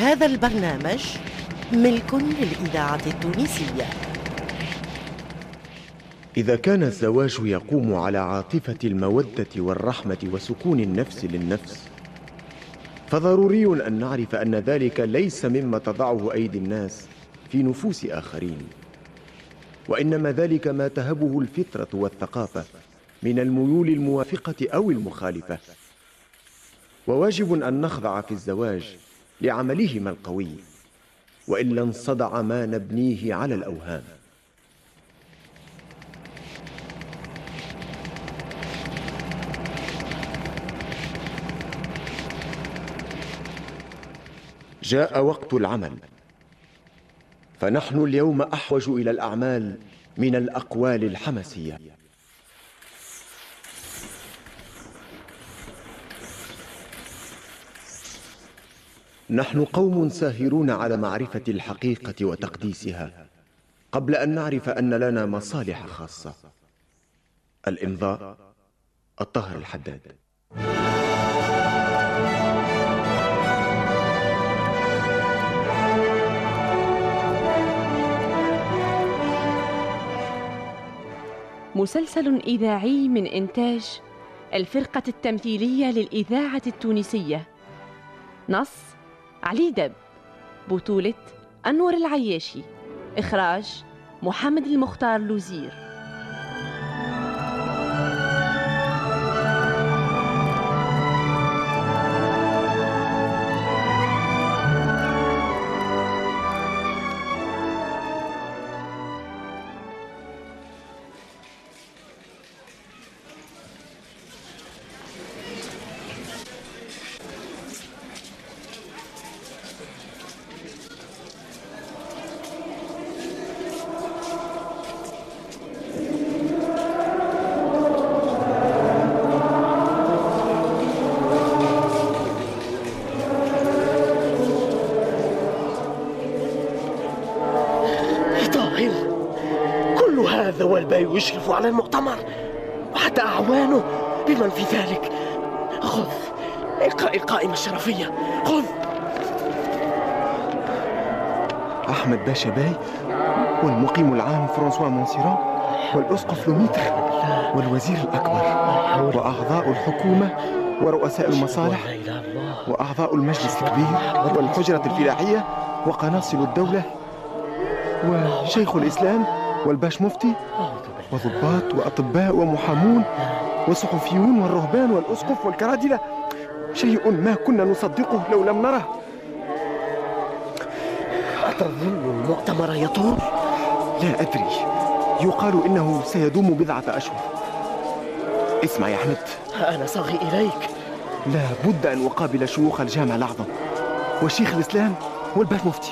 هذا البرنامج ملك للإذاعة التونسية. إذا كان الزواج يقوم على عاطفة المودة والرحمة وسكون النفس للنفس، فضروري أن نعرف أن ذلك ليس مما تضعه أيدي الناس في نفوس آخرين، وإنما ذلك ما تهبه الفطرة والثقافة من الميول الموافقة أو المخالفة. وواجب أن نخضع في الزواج لعملهما القوي، وإلا انصدع ما نبنيه على الأوهام. جاء وقت العمل، فنحن اليوم أحوج إلى الأعمال من الأقوال الحماسية. نحن قوم ساهرون على معرفة الحقيقة وتقديسها قبل أن نعرف أن لنا مصالح خاصة. الإمضاء الطاهر الحداد. مسلسل إذاعي من إنتاج الفرقة التمثيلية للإذاعة التونسية. نص علي دب، بطولة أنور العياشي، إخراج محمد المختار لوزير. هذا والباي يشرف على المؤتمر وحتى أعوانه بمن في ذلك. خذ القائمة الشرفية، خذ. أحمد باشا باي، والمقيم العام فرانسوا مونسيران، والأسقف لوميتر، والوزير الأكبر، وأعضاء الحكومة ورؤساء المصالح، وأعضاء المجلس الكبير، والحجرة الفلاحية، وقناصل الدولة، وشيخ الإسلام، والباش مفتي، وضباط وأطباء ومحامون وصحفيون والرهبان والأسقف والكرادلة. شيء ما كنا نصدقه لو لم نره. أتظن المؤتمر يطول؟ لا أدري، يقال إنه سيدوم بضعة أشهر. اسمع يا أحمد، أنا صاغي إليك. لا بد أن أقابل شيوخ الجامع الأعظم وشيخ الإسلام والباش مفتي.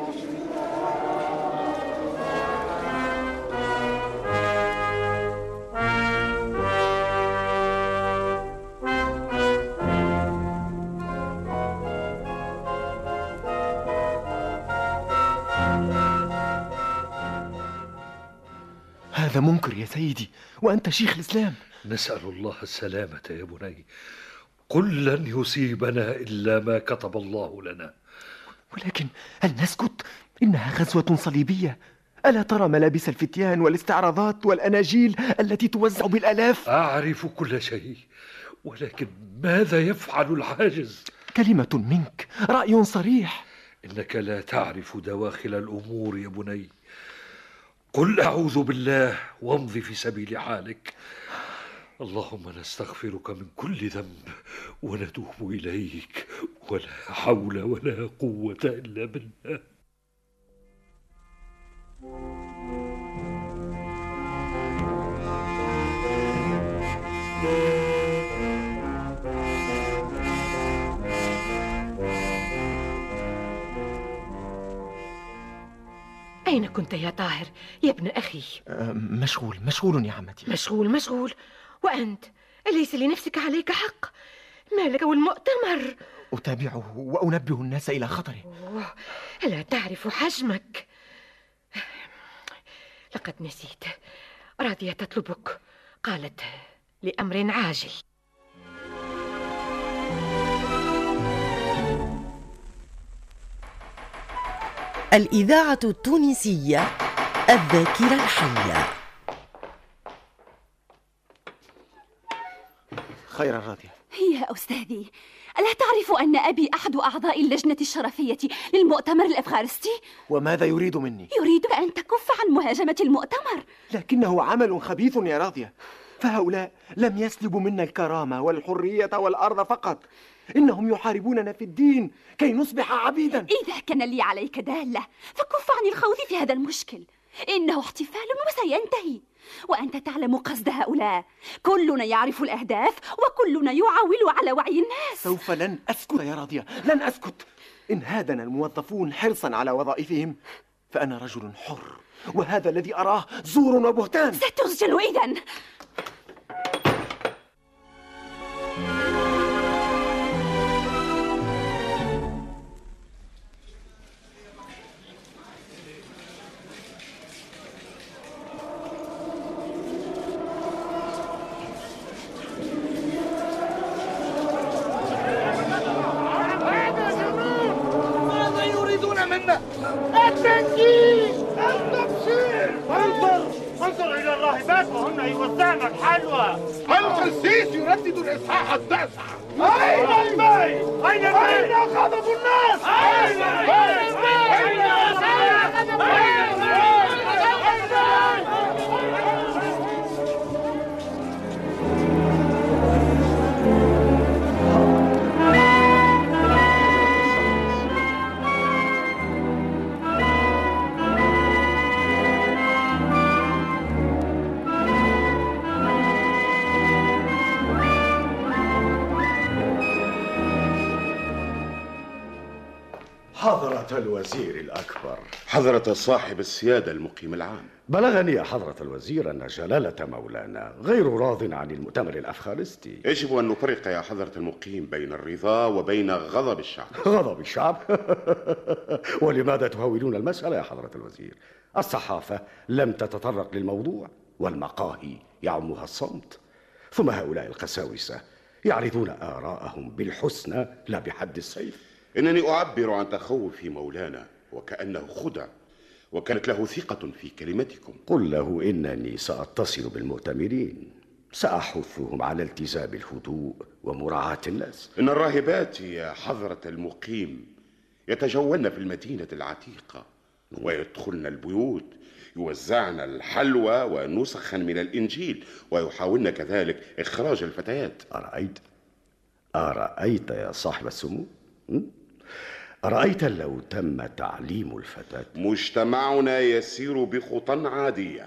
هذا منكر يا سيدي، وأنت شيخ الإسلام. نسأل الله السلامة يا بني. قل لن يصيبنا إلا ما كتب الله لنا. ولكن هل نسكت؟ إنها غزوة صليبية. ألا ترى ملابس الفتيان والاستعراضات والأناجيل التي توزع بالآلاف؟ أعرف كل شيء، ولكن ماذا يفعل العاجز؟ كلمة منك، رأي صريح. إنك لا تعرف دواخل الأمور يا بني. قل أعوذ بالله وامض في سبيل حالك. اللهم نستغفرك من كل ذنب ونتوب إليك، ولا حول ولا قوة إلا بالله. أين كنت يا طاهر يا ابن أخي؟ مشغول يا عمتي. مشغول؟ وأنت أليس لنفسك عليك حق؟ ما لك والمؤتمر؟ أتابعه وأنبه الناس إلى خطره. ألا تعرف حجمك؟ لقد نسيت، راضية تطلبك، قالت لأمر عاجل. الإذاعة التونسية الذاكرة الحية. خيرا راضية. يا أستاذي، ألا تعرف أن أبي أحد أعضاء اللجنة الشرفية للمؤتمر الأفغانستي؟ وماذا يريد مني؟ يريد أن تكف عن مهاجمة المؤتمر. لكنه عمل خبيث يا راضية، فهؤلاء لم يسلبوا منا الكرامة والحرية والأرض فقط، إنهم يحاربوننا في الدين كي نصبح عبيدا. إذا كان لي عليك دالة فكف عن الخوض في هذا المشكل، إنه احتفال وسينتهي، وأنت تعلم قصد هؤلاء. كلنا يعرف الأهداف وكلنا يعول على وعي الناس. سوف لن أسكت يا راضية، لن أسكت. إن هادنا الموظفون حرصا على وظائفهم فأنا رجل حر، وهذا الذي أراه زور وبهتان. ستسجن إذن. انظر إلى الراهبات وهن يوزعن الحلوى. القسيس يردد الإصحاح 9. أين الماء؟ أين غضب الناس؟ أين حضرة الوزير الأكبر. حضرة صاحب السيادة المقيم العام. بلغني يا حضرة الوزير أن جلالة مولانا غير راض عن المؤتمر الأفغانستي. يجب أن نفرق يا حضرة المقيم بين الرضا وبين غضب الشعب. غضب الشعب؟ ولماذا تهولون المسألة يا حضرة الوزير؟ الصحافة لم تتطرق للموضوع، والمقاهي يعمها الصمت، ثم هؤلاء القساوسة يعرضون آراءهم بالحسنى لا بحد السيف. إنني أعبر عن تخوف مولانا وكأنه خدع، وكانت له ثقة في كلمتكم. قل له إنني سأتصل بالمؤتمرين، سأحثهم على التزام الهدوء ومراعاة الناس. إن الراهبات يا حضرة المقيم يتجولن في المدينة العتيقة ويدخلن البيوت، يوزعن الحلوى ونسخا من الإنجيل، ويحاولن كذلك إخراج الفتيات. أرأيت يا صاحب السمو؟ أرأيت لو تم تعليم الفتاة؟ مجتمعنا يسير بخطى عادية.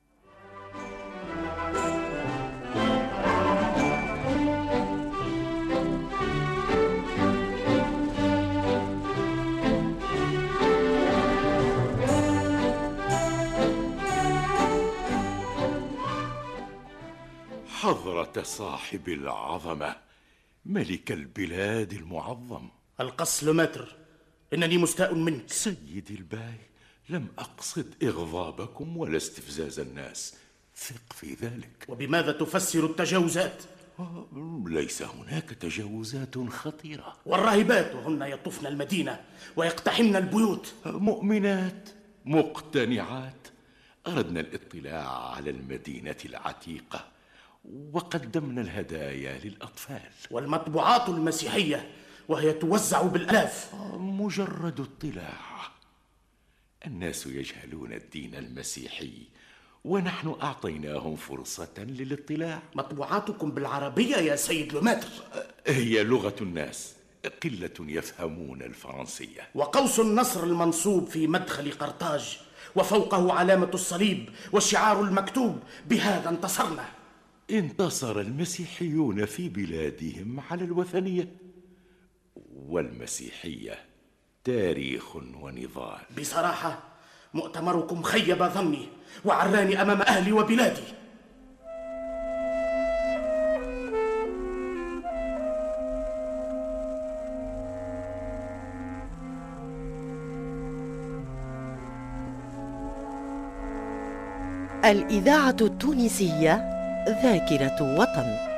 حضرة صاحب العظمة، ملك البلاد المعظم. القصل متر، إنني مستاء منك. سيدي الباي، لم أقصد إغضابكم ولا استفزاز الناس، ثق في ذلك. وبماذا تفسر التجاوزات؟ ليس هناك تجاوزات خطيرة. والراهبات وهن يطفن المدينة ويقتحمن البيوت. مؤمنات مقتنعات. أردنا الاطلاع على المدينة العتيقة وقدمنا الهدايا للأطفال. والمطبوعات المسيحية وهي توزع بالآلاف. مجرد اطلاع. الناس يجهلون الدين المسيحي ونحن أعطيناهم فرصة للاطلاع. مطبوعاتكم بالعربية يا سيد لوماتر؟ هي لغة الناس، قلة يفهمون الفرنسية. وقوس النصر المنصوب في مدخل قرطاج وفوقه علامة الصليب والشعار المكتوب بهذا انتصرنا. انتصر المسيحيون في بلادهم على الوثنية، والمسيحية تاريخ ونضال. بصراحة مؤتمركم خيب ظني وعراني أمام أهلي وبلادي. الإذاعة التونسية ذاكرة وطن.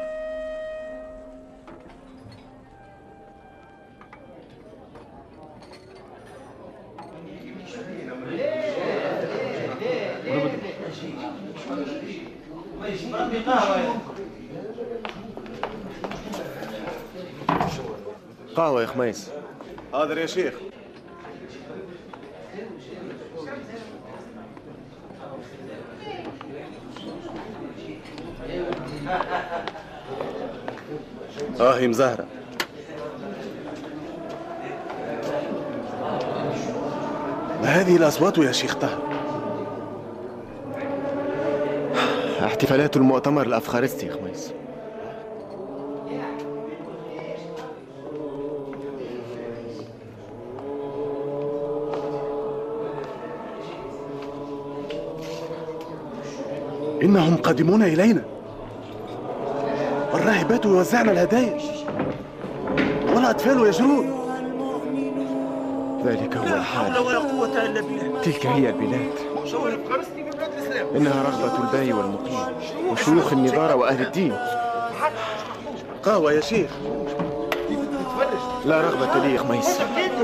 قهوة يا خميس. حاضر يا شيخ. هي مزهرة. ما هذه الأصوات يا شيخ طه؟ احتفالات المؤتمر الأفخارستي يا خميس. إنهم قادمون إلينا، والراهبات يوزعن الهدايا، والأطفال يجرون. ذلك هو لا الحال. حول ولا قوة إلا بالله. تلك هي البلاد. إنها رغبة الباي والمقيم وشيوخ النظارة وأهل الدين. قهوة يا شيخ. لا رغبة لي يا خميس.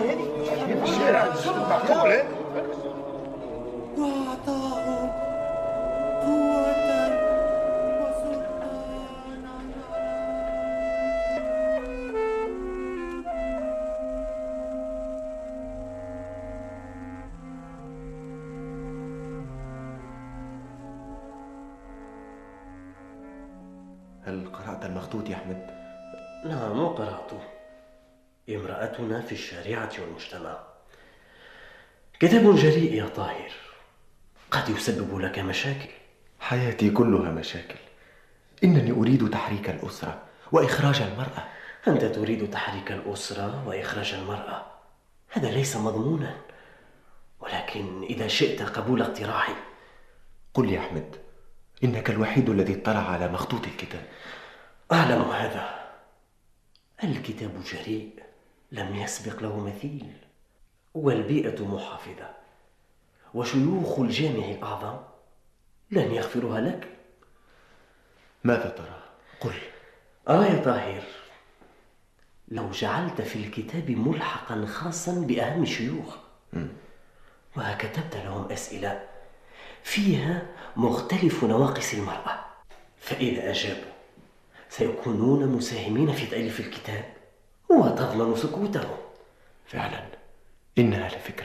هل قرأت المخطوط يا أحمد؟ نعم قرأته. امرأتنا في الشارعة والمجتمع. كتاب جريء يا طاهر، قد يسبب لك مشاكل. حياتي كلها مشاكل. إنني أريد تحريك الأسرة وإخراج المرأة. أنت تريد تحريك الأسرة وإخراج المرأة، هذا ليس مضمونا، ولكن إذا شئت قبول اقتراحي. قل لي أحمد، إنك الوحيد الذي اطلع على مخطوط الكتاب. أعلم هذا. الكتاب جريء لم يسبق له مثيل، والبيئة محافظة، وشيوخ الجامع الأعظم لن يغفرها لك. ماذا ترى؟ قل. يا طاهر، لو جعلت في الكتاب ملحقا خاصا بأهم الشيوخ وكتبت لهم أسئلة فيها مختلف نواقص المرأة، فإذا أجابوا سيكونون مساهمين في تأليف الكتاب وتضمن سكوتهم. فعلا إنها لفكرة.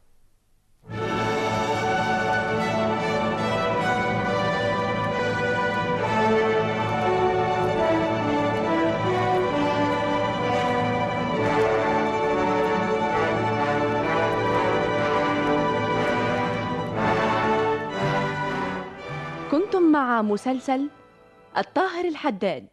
كنتم مع مسلسل الطاهر الحداد.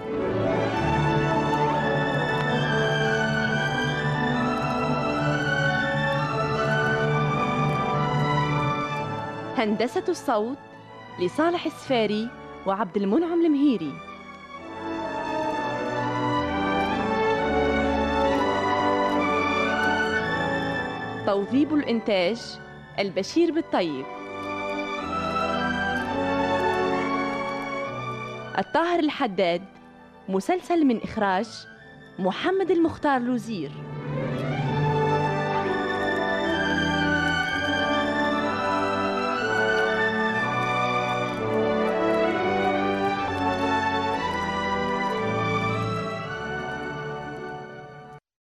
هندسة الصوت لصالح السفاري وعبد المنعم المهيري. توظيب الإنتاج البشير بالطيب. الطاهر الحداد مسلسل من إخراج محمد المختار لوزير.